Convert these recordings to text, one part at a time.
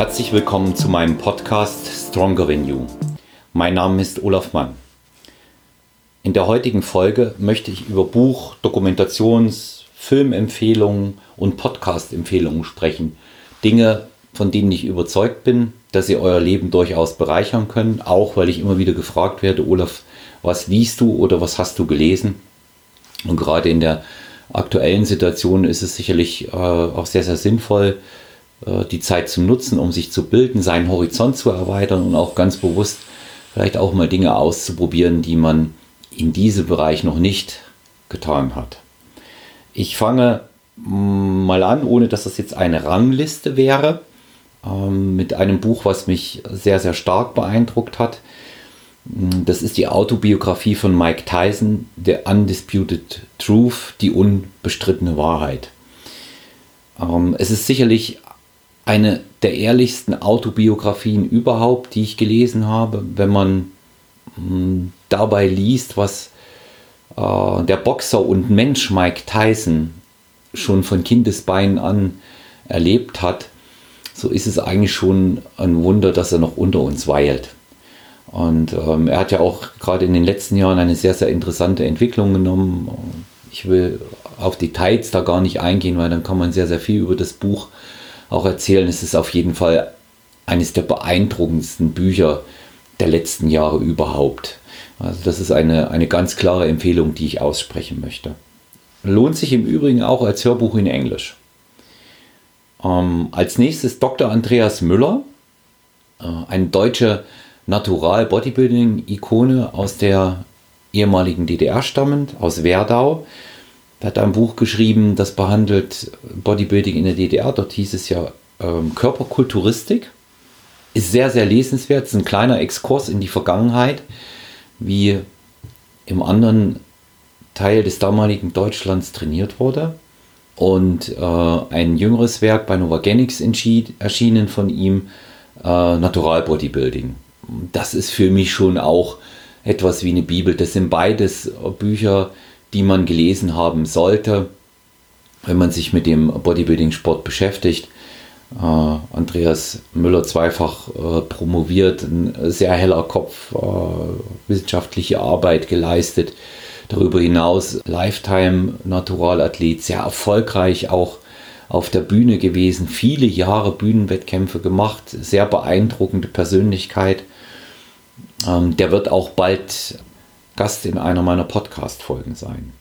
Herzlich willkommen zu meinem Podcast Stronger Than You. Mein Name ist Olaf Mann. In der heutigen Folge möchte ich über Buch-, Dokumentations-, Filmempfehlungen und Podcast-Empfehlungen sprechen. Dinge, von denen ich überzeugt bin, dass sie euer Leben durchaus bereichern können. Auch weil ich immer wieder gefragt werde, Olaf, was liest du oder was hast du gelesen? Und gerade in der aktuellen Situation ist es sicherlich auch sehr, sehr sinnvoll, die Zeit zu nutzen, um sich zu bilden, seinen Horizont zu erweitern und auch ganz bewusst vielleicht auch mal Dinge auszuprobieren, die man in diesem Bereich noch nicht getan hat. Ich fange mal an, ohne dass das jetzt eine Rangliste wäre, mit einem Buch, was mich sehr, sehr stark beeindruckt hat. Das ist die Autobiografie von Mike Tyson, The Undisputed Truth, die unbestrittene Wahrheit. Es ist sicherlich eine der ehrlichsten Autobiografien überhaupt, die ich gelesen habe, wenn man dabei liest, was der Boxer und Mensch Mike Tyson schon von Kindesbeinen an erlebt hat, so ist es eigentlich schon ein Wunder, dass er noch unter uns weilt. Und er hat ja auch gerade in den letzten Jahren eine sehr, sehr interessante Entwicklung genommen. Ich will auf Details da gar nicht eingehen, weil dann kann man sehr, sehr viel über das Buch auch erzählen. Es ist auf jeden Fall eines der beeindruckendsten Bücher der letzten Jahre überhaupt. Also das ist eine ganz klare Empfehlung, die ich aussprechen möchte. Lohnt sich im Übrigen auch als Hörbuch in Englisch. Als nächstes Dr. Andreas Müller, eine deutsche Natural-Bodybuilding-Ikone aus der ehemaligen DDR stammend, aus Werdau. Er hat ein Buch geschrieben, das behandelt Bodybuilding in der DDR. Dort hieß es ja Körperkulturistik. Ist sehr, sehr lesenswert. Es ist ein kleiner Exkurs in die Vergangenheit, wie im anderen Teil des damaligen Deutschlands trainiert wurde. Und ein jüngeres Werk bei Novagenics erschienen von ihm, Natural Bodybuilding. Das ist für mich schon auch etwas wie eine Bibel. Das sind beides Bücher, die man gelesen haben sollte, wenn man sich mit dem Bodybuilding-Sport beschäftigt. Andreas Müller zweifach promoviert, ein sehr heller Kopf, wissenschaftliche Arbeit geleistet. Darüber hinaus Lifetime-Naturalathlet, sehr erfolgreich auch auf der Bühne gewesen, viele Jahre Bühnenwettkämpfe gemacht, sehr beeindruckende Persönlichkeit. Der wird auch bald Gast in einer meiner Podcast-Folgen sein.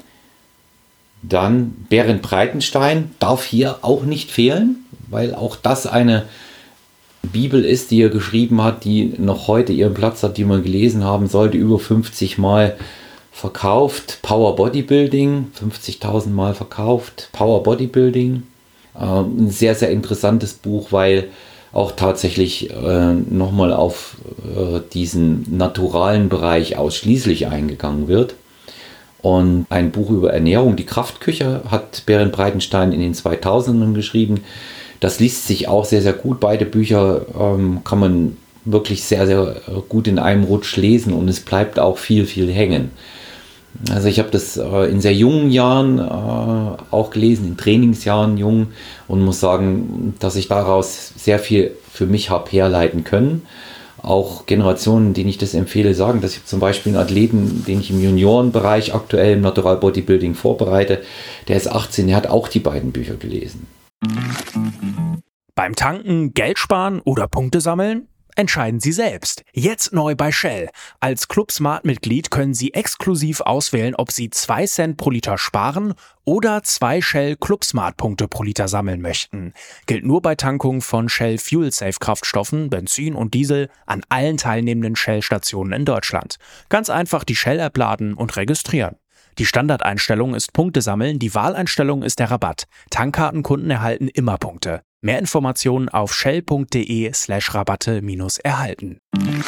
Dann Berend Breitenstein darf hier auch nicht fehlen, weil auch das eine Bibel ist, die er geschrieben hat, die noch heute ihren Platz hat, die man gelesen haben sollte, über 50 Mal verkauft. Power Bodybuilding, 50.000 Mal verkauft. Power Bodybuilding, ein sehr, sehr interessantes Buch, weil auch tatsächlich nochmal auf diesen naturalen Bereich ausschließlich eingegangen wird. Und ein Buch über Ernährung, die Kraftküche, hat Berend Breitenstein in den 2000ern geschrieben. Das liest sich auch sehr, sehr gut. Beide Bücher kann man wirklich sehr, sehr gut in einem Rutsch lesen und es bleibt auch viel, viel hängen. Also ich habe das in sehr jungen Jahren auch gelesen, in Trainingsjahren jung, und muss sagen, dass ich daraus sehr viel für mich habe herleiten können. Auch Generationen, denen ich das empfehle, sagen, dass ich zum Beispiel einen Athleten, den ich im Juniorenbereich aktuell im Natural Bodybuilding vorbereite, der ist 18, der hat auch die beiden Bücher gelesen. Beim Tanken, Geld sparen oder Punkte sammeln? Entscheiden Sie selbst. Jetzt neu bei Shell. Als Club Smart-Mitglied können Sie exklusiv auswählen, ob Sie 2 Cent pro Liter sparen oder 2 Shell Club Smart-Punkte pro Liter sammeln möchten. Gilt nur bei Tankungen von Shell Fuel Safe Kraftstoffen, Benzin und Diesel an allen teilnehmenden Shell-Stationen in Deutschland. Ganz einfach die Shell-App laden und registrieren. Die Standardeinstellung ist Punkte sammeln, die Wahleinstellung ist der Rabatt. Tankkartenkunden erhalten immer Punkte. Mehr Informationen auf shell.de/Rabatte-erhalten.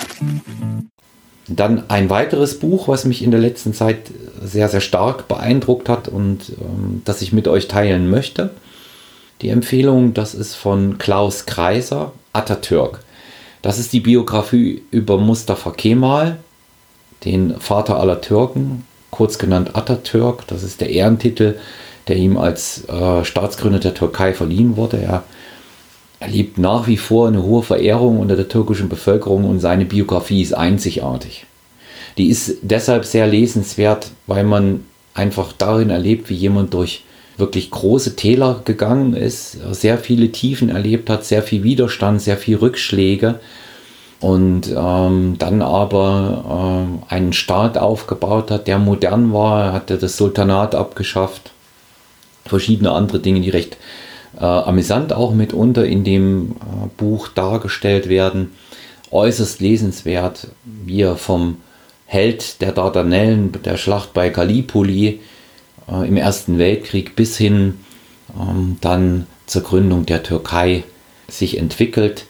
Dann ein weiteres Buch, was mich in der letzten Zeit sehr, sehr stark beeindruckt hat und das ich mit euch teilen möchte. Die Empfehlung, das ist von Klaus Kreiser, Atatürk. Das ist die Biografie über Mustafa Kemal, den Vater aller Türken, kurz genannt Atatürk. Das ist der Ehrentitel, der ihm als Staatsgründer der Türkei verliehen wurde. Er erlebt nach wie vor eine hohe Verehrung unter der türkischen Bevölkerung und seine Biografie ist einzigartig. Die ist deshalb sehr lesenswert, weil man einfach darin erlebt, wie jemand durch wirklich große Täler gegangen ist, sehr viele Tiefen erlebt hat, sehr viel Widerstand, sehr viel Rückschläge und dann aber einen Staat aufgebaut hat, der modern war. Er hatte das Sultanat abgeschafft, verschiedene andere Dinge, die recht amüsant auch mitunter in dem Buch dargestellt werden. Äußerst lesenswert, wie er vom Held der Dardanellen, der Schlacht bei Gallipoli im Ersten Weltkrieg bis hin dann zur Gründung der Türkei sich entwickelt.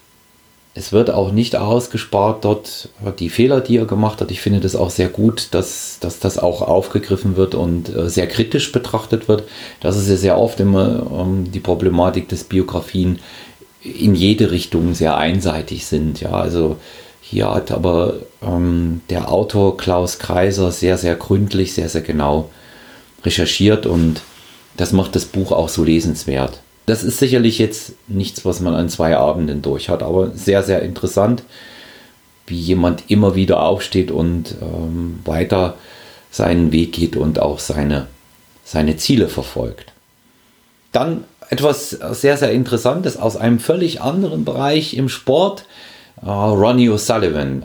Es wird auch nicht ausgespart dort die Fehler, die er gemacht hat. Ich finde das auch sehr gut, dass das auch aufgegriffen wird und sehr kritisch betrachtet wird. Das ist ja sehr oft immer die Problematik, dass Biografien in jede Richtung sehr einseitig sind. Ja, also hier hat aber der Autor Klaus Kreiser sehr, sehr gründlich, sehr, sehr genau recherchiert und das macht das Buch auch so lesenswert. Das ist sicherlich jetzt nichts, was man an 2 Abenden durch hat, aber sehr, sehr interessant, wie jemand immer wieder aufsteht und weiter seinen Weg geht und auch seine Ziele verfolgt. Dann etwas sehr, sehr Interessantes aus einem völlig anderen Bereich im Sport. Ronnie O'Sullivan.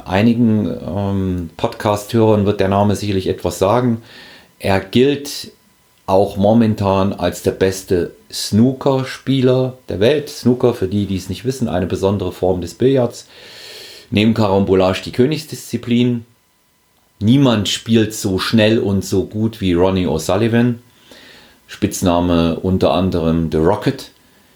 Einigen Podcast-Hörern wird der Name sicherlich etwas sagen. Er gilt auch momentan als der beste Snookerspieler der Welt. Snooker, für die es nicht wissen, eine besondere Form des Billards. Neben Carambolage die Königsdisziplin. Niemand spielt so schnell und so gut wie Ronnie O'Sullivan. Spitzname unter anderem The Rocket.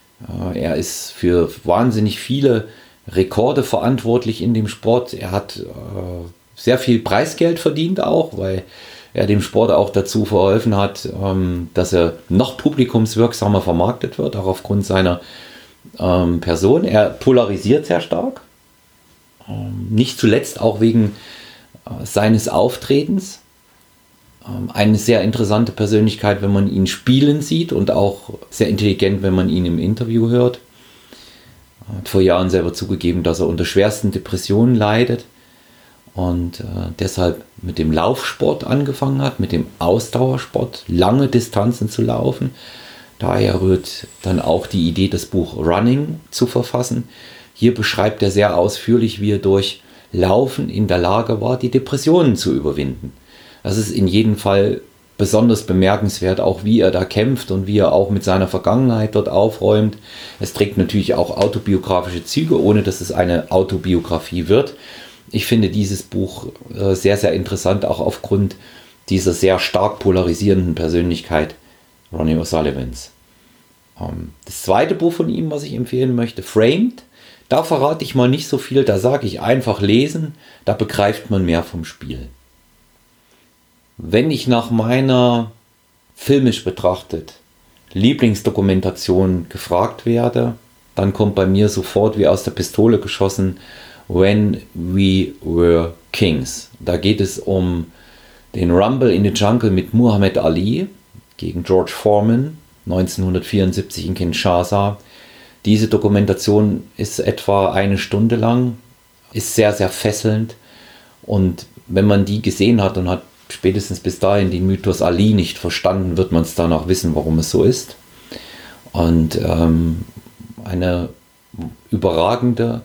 Er ist für wahnsinnig viele Rekorde verantwortlich in dem Sport. Er hat sehr viel Preisgeld verdient auch, weil er dem Sport auch dazu verholfen hat, dass er noch publikumswirksamer vermarktet wird, auch aufgrund seiner Person. Er polarisiert sehr stark, nicht zuletzt auch wegen seines Auftretens. Eine sehr interessante Persönlichkeit, wenn man ihn spielen sieht und auch sehr intelligent, wenn man ihn im Interview hört. Er hat vor Jahren selber zugegeben, dass er unter schwersten Depressionen leidet und deshalb mit dem Laufsport angefangen hat, mit dem Ausdauersport, lange Distanzen zu laufen. Daher rührt dann auch die Idee, das Buch Running zu verfassen. Hier beschreibt er sehr ausführlich, wie er durch Laufen in der Lage war, die Depressionen zu überwinden. Das ist in jedem Fall besonders bemerkenswert, auch wie er da kämpft und wie er auch mit seiner Vergangenheit dort aufräumt. Es trägt natürlich auch autobiografische Züge, ohne dass es eine Autobiografie wird. Ich finde dieses Buch sehr, sehr interessant, auch aufgrund dieser sehr stark polarisierenden Persönlichkeit Ronnie O'Sullivans. Das zweite Buch von ihm, was ich empfehlen möchte, Framed. Da verrate ich mal nicht so viel, da sage ich einfach lesen, da begreift man mehr vom Spiel. Wenn ich nach meiner, filmisch betrachtet, Lieblingsdokumentation gefragt werde, dann kommt bei mir sofort wie aus der Pistole geschossen When We Were Kings. Da geht es um den Rumble in the Jungle mit Muhammad Ali gegen George Foreman 1974 in Kinshasa. Diese Dokumentation ist etwa 1 Stunde lang, ist sehr, sehr fesselnd und wenn man die gesehen hat und hat spätestens bis dahin den Mythos Ali nicht verstanden, wird man es danach wissen, warum es so ist. Und eine überragende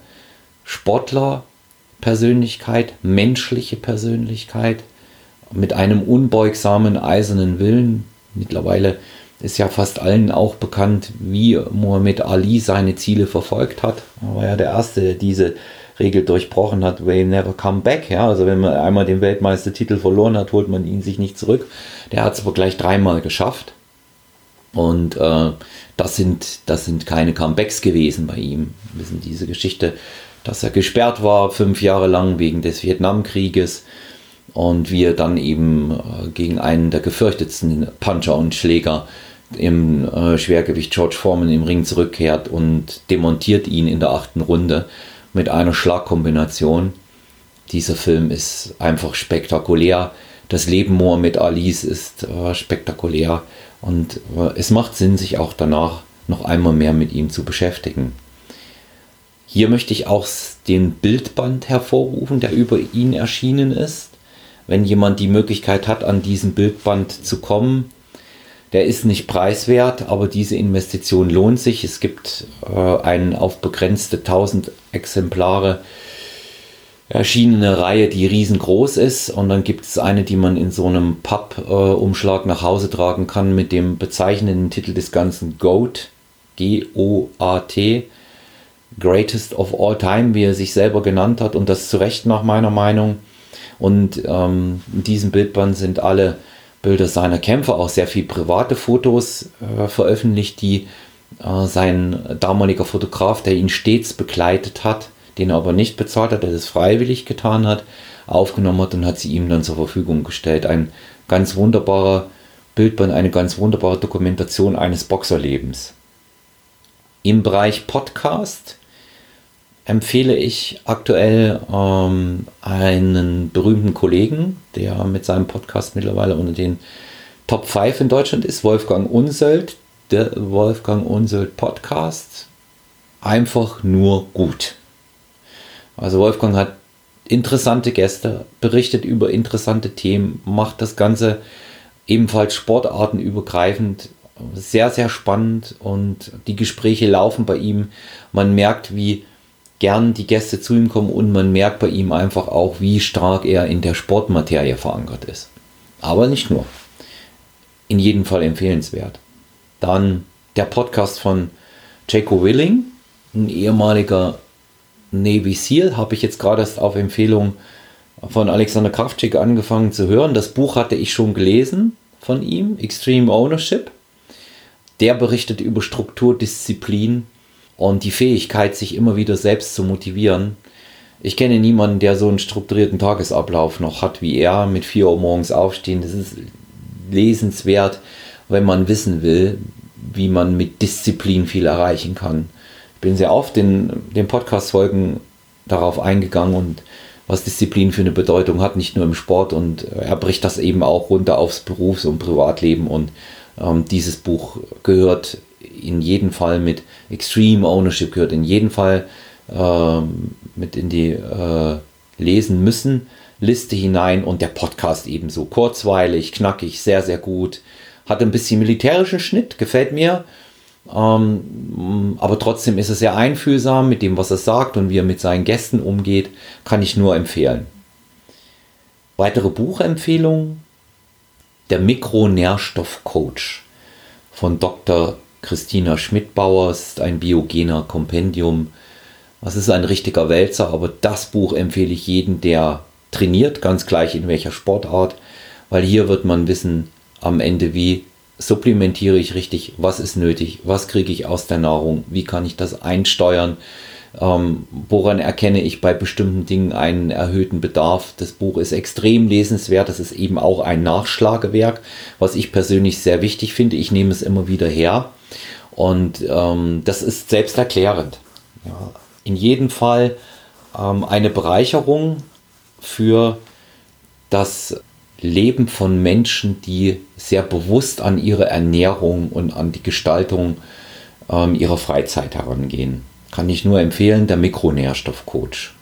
Sportlerpersönlichkeit, menschliche Persönlichkeit mit einem unbeugsamen, eisernen Willen. Mittlerweile ist ja fast allen auch bekannt, wie Muhammad Ali seine Ziele verfolgt hat. Er war ja der Erste, der diese Regel durchbrochen hat, will never come back. Ja? Also wenn man einmal den Weltmeistertitel verloren hat, holt man ihn sich nicht zurück. Der hat es aber gleich 3-mal geschafft. Und das sind keine Comebacks gewesen bei ihm. Wir wissen diese Geschichte, dass er gesperrt war 5 Jahre lang wegen des Vietnamkrieges und wie er dann eben gegen einen der gefürchtetsten Puncher und Schläger im Schwergewicht George Foreman im Ring zurückkehrt und demontiert ihn in der 8. Runde mit einer Schlagkombination. Dieser Film ist einfach spektakulär. Das Leben Muhammad Alis ist spektakulär und es macht Sinn, sich auch danach noch einmal mehr mit ihm zu beschäftigen. Hier möchte ich auch den Bildband hervorrufen, der über ihn erschienen ist. Wenn jemand die Möglichkeit hat, an diesen Bildband zu kommen, der ist nicht preiswert, aber diese Investition lohnt sich. Es gibt eine auf begrenzte 1000 Exemplare erschienene Reihe, die riesengroß ist. Und dann gibt es eine, die man in so einem Pappumschlag nach Hause tragen kann mit dem bezeichnenden Titel des Ganzen GOAT, G-O-A-T, Greatest of All Time, wie er sich selber genannt hat. Und das zu Recht nach meiner Meinung. Und in diesem Bildband sind alle Bilder seiner Kämpfe, auch sehr viel private Fotos veröffentlicht, die sein damaliger Fotograf, der ihn stets begleitet hat, den er aber nicht bezahlt hat, der das freiwillig getan hat, aufgenommen hat und hat sie ihm dann zur Verfügung gestellt. Ein ganz wunderbarer Bildband, eine ganz wunderbare Dokumentation eines Boxerlebens. Im Bereich Podcast empfehle ich aktuell einen berühmten Kollegen, der mit seinem Podcast mittlerweile unter den Top 5 in Deutschland ist, Wolfgang Unseld, der Wolfgang Unseld Podcast. Einfach nur gut. Also Wolfgang hat interessante Gäste, berichtet über interessante Themen, macht das Ganze ebenfalls sportartenübergreifend, sehr, sehr spannend und die Gespräche laufen bei ihm. Man merkt, wie gern die Gäste zu ihm kommen und man merkt bei ihm einfach auch, wie stark er in der Sportmaterie verankert ist. Aber nicht nur. In jedem Fall empfehlenswert. Dann der Podcast von Jocko Willing, ein ehemaliger Navy SEAL, habe ich jetzt gerade erst auf Empfehlung von Alexander Kravchik angefangen zu hören. Das Buch hatte ich schon gelesen von ihm, Extreme Ownership. Der berichtet über Struktur, Disziplin und die Fähigkeit, sich immer wieder selbst zu motivieren. Ich kenne niemanden, der so einen strukturierten Tagesablauf noch hat wie er, mit 4 Uhr morgens aufstehen. Das ist lesenswert, wenn man wissen will, wie man mit Disziplin viel erreichen kann. Ich bin sehr oft in den Podcast-Folgen darauf eingegangen und was Disziplin für eine Bedeutung hat, nicht nur im Sport. Und er bricht das eben auch runter aufs Berufs- und Privatleben. Und dieses Buch gehört in jedem Fall mit Extreme Ownership, gehört in jedem Fall mit in die Lesen müssen Liste hinein. Und der Podcast ebenso kurzweilig, knackig, sehr, sehr gut. Hat ein bisschen militärischen Schnitt, gefällt mir. Aber trotzdem ist es sehr einfühlsam mit dem, was er sagt und wie er mit seinen Gästen umgeht, kann ich nur empfehlen. Weitere Buchempfehlungen: Der Mikronährstoffcoach von Dr. Christina Schmidbauer, ist ein Biogener Kompendium. Das ist ein richtiger Wälzer, aber das Buch empfehle ich jedem, der trainiert, ganz gleich in welcher Sportart, weil hier wird man wissen am Ende, wie supplementiere ich richtig, was ist nötig, was kriege ich aus der Nahrung, wie kann ich das einsteuern, woran erkenne ich bei bestimmten Dingen einen erhöhten Bedarf. Das Buch ist extrem lesenswert, das ist eben auch ein Nachschlagewerk, was ich persönlich sehr wichtig finde. Ich nehme es immer wieder her und das ist selbsterklärend. Ja, in jedem Fall eine Bereicherung für das Leben von Menschen, die sehr bewusst an ihre Ernährung und an die Gestaltung ihrer Freizeit herangehen. Kann ich nur empfehlen, der Mikronährstoffcoach.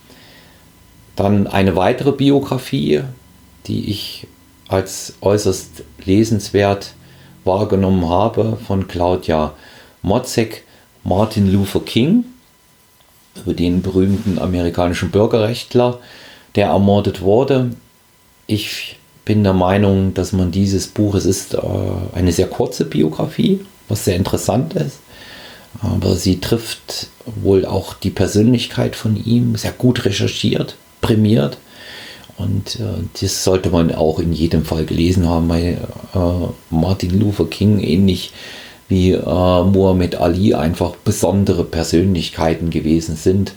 Dann eine weitere Biografie, die ich als äußerst lesenswert wahrgenommen habe, von Claudia Motzek, Martin Luther King, über den berühmten amerikanischen Bürgerrechtler, der ermordet wurde. Ich bin der Meinung, dass man dieses Buch, es ist eine sehr kurze Biografie, was sehr interessant ist, aber sie trifft wohl auch die Persönlichkeit von ihm, sehr gut recherchiert, prämiert, und das sollte man auch in jedem Fall gelesen haben, weil Martin Luther King, ähnlich wie Muhammad Ali, einfach besondere Persönlichkeiten gewesen sind.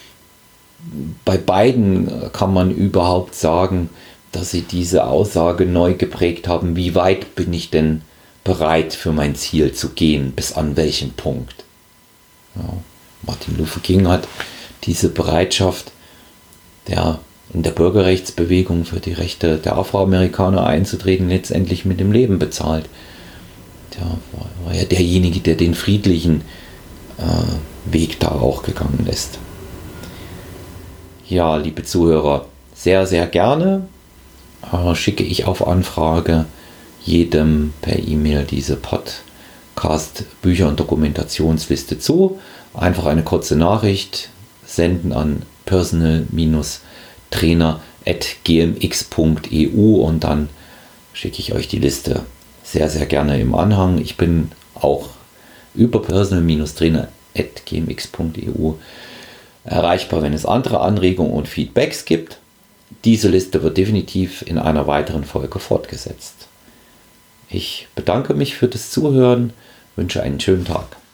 Bei beiden kann man überhaupt sagen, dass sie diese Aussage neu geprägt haben: Wie weit bin ich denn bereit für mein Ziel zu gehen, bis an welchem Punkt? Ja, Martin Luther King hat diese Bereitschaft, in der Bürgerrechtsbewegung für die Rechte der Afroamerikaner einzutreten, letztendlich mit dem Leben bezahlt. Der war ja derjenige, der den friedlichen Weg da auch gegangen ist. Ja, liebe Zuhörer, sehr, sehr gerne schicke ich auf Anfrage jedem per E-Mail diese Podcast-Bücher- und Dokumentationsliste zu. Einfach eine kurze Nachricht senden an personal-trainer@gmx.eu und dann schicke ich euch die Liste sehr, sehr gerne im Anhang. Ich bin auch über personal-trainer@gmx.eu erreichbar, wenn es andere Anregungen und Feedbacks gibt. Diese Liste wird definitiv in einer weiteren Folge fortgesetzt. Ich bedanke mich für das Zuhören, wünsche einen schönen Tag.